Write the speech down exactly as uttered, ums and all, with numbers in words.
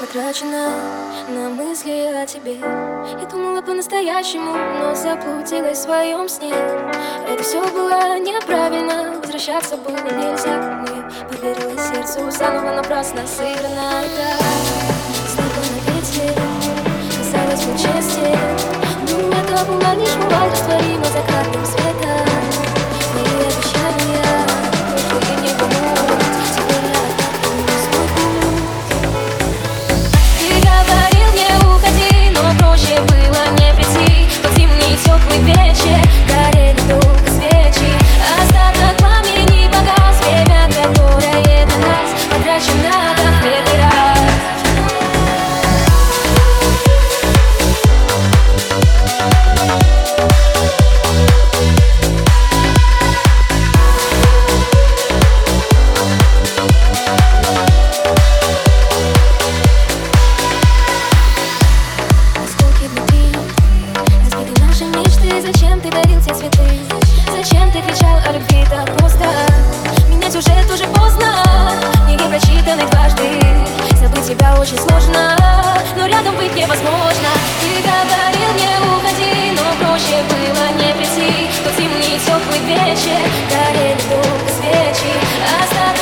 потрачена на мысли о тебе. Я думала по-настоящему, но заблудилась в своем сне. Это все было неправильно, возвращаться было нельзя. Но я поверила сердцу заново, напрасно сыграна игра. Снова на ветре, казалось бы чести, но это была лишь вуаль, растворима за кратким света. Мои обещания больше не вернуть, теперь я не смогу. Ты говорил мне уходи, но проще было не прийти. Тот зимний теплый вечер, горели только свечи. Остаток пламени погас, время, которое для нас потрачено как в первый раз. Зачем ты дарил те цветы? Зачем ты кричал о любви так просто? Менять уже тоже поздно, книги прочитаны дважды. Забыть тебя очень сложно, но рядом быть невозможно. Ты говорил мне уходи, но проще было не прийти. Тот зимний теплый вечер, горели только свечи. Остаток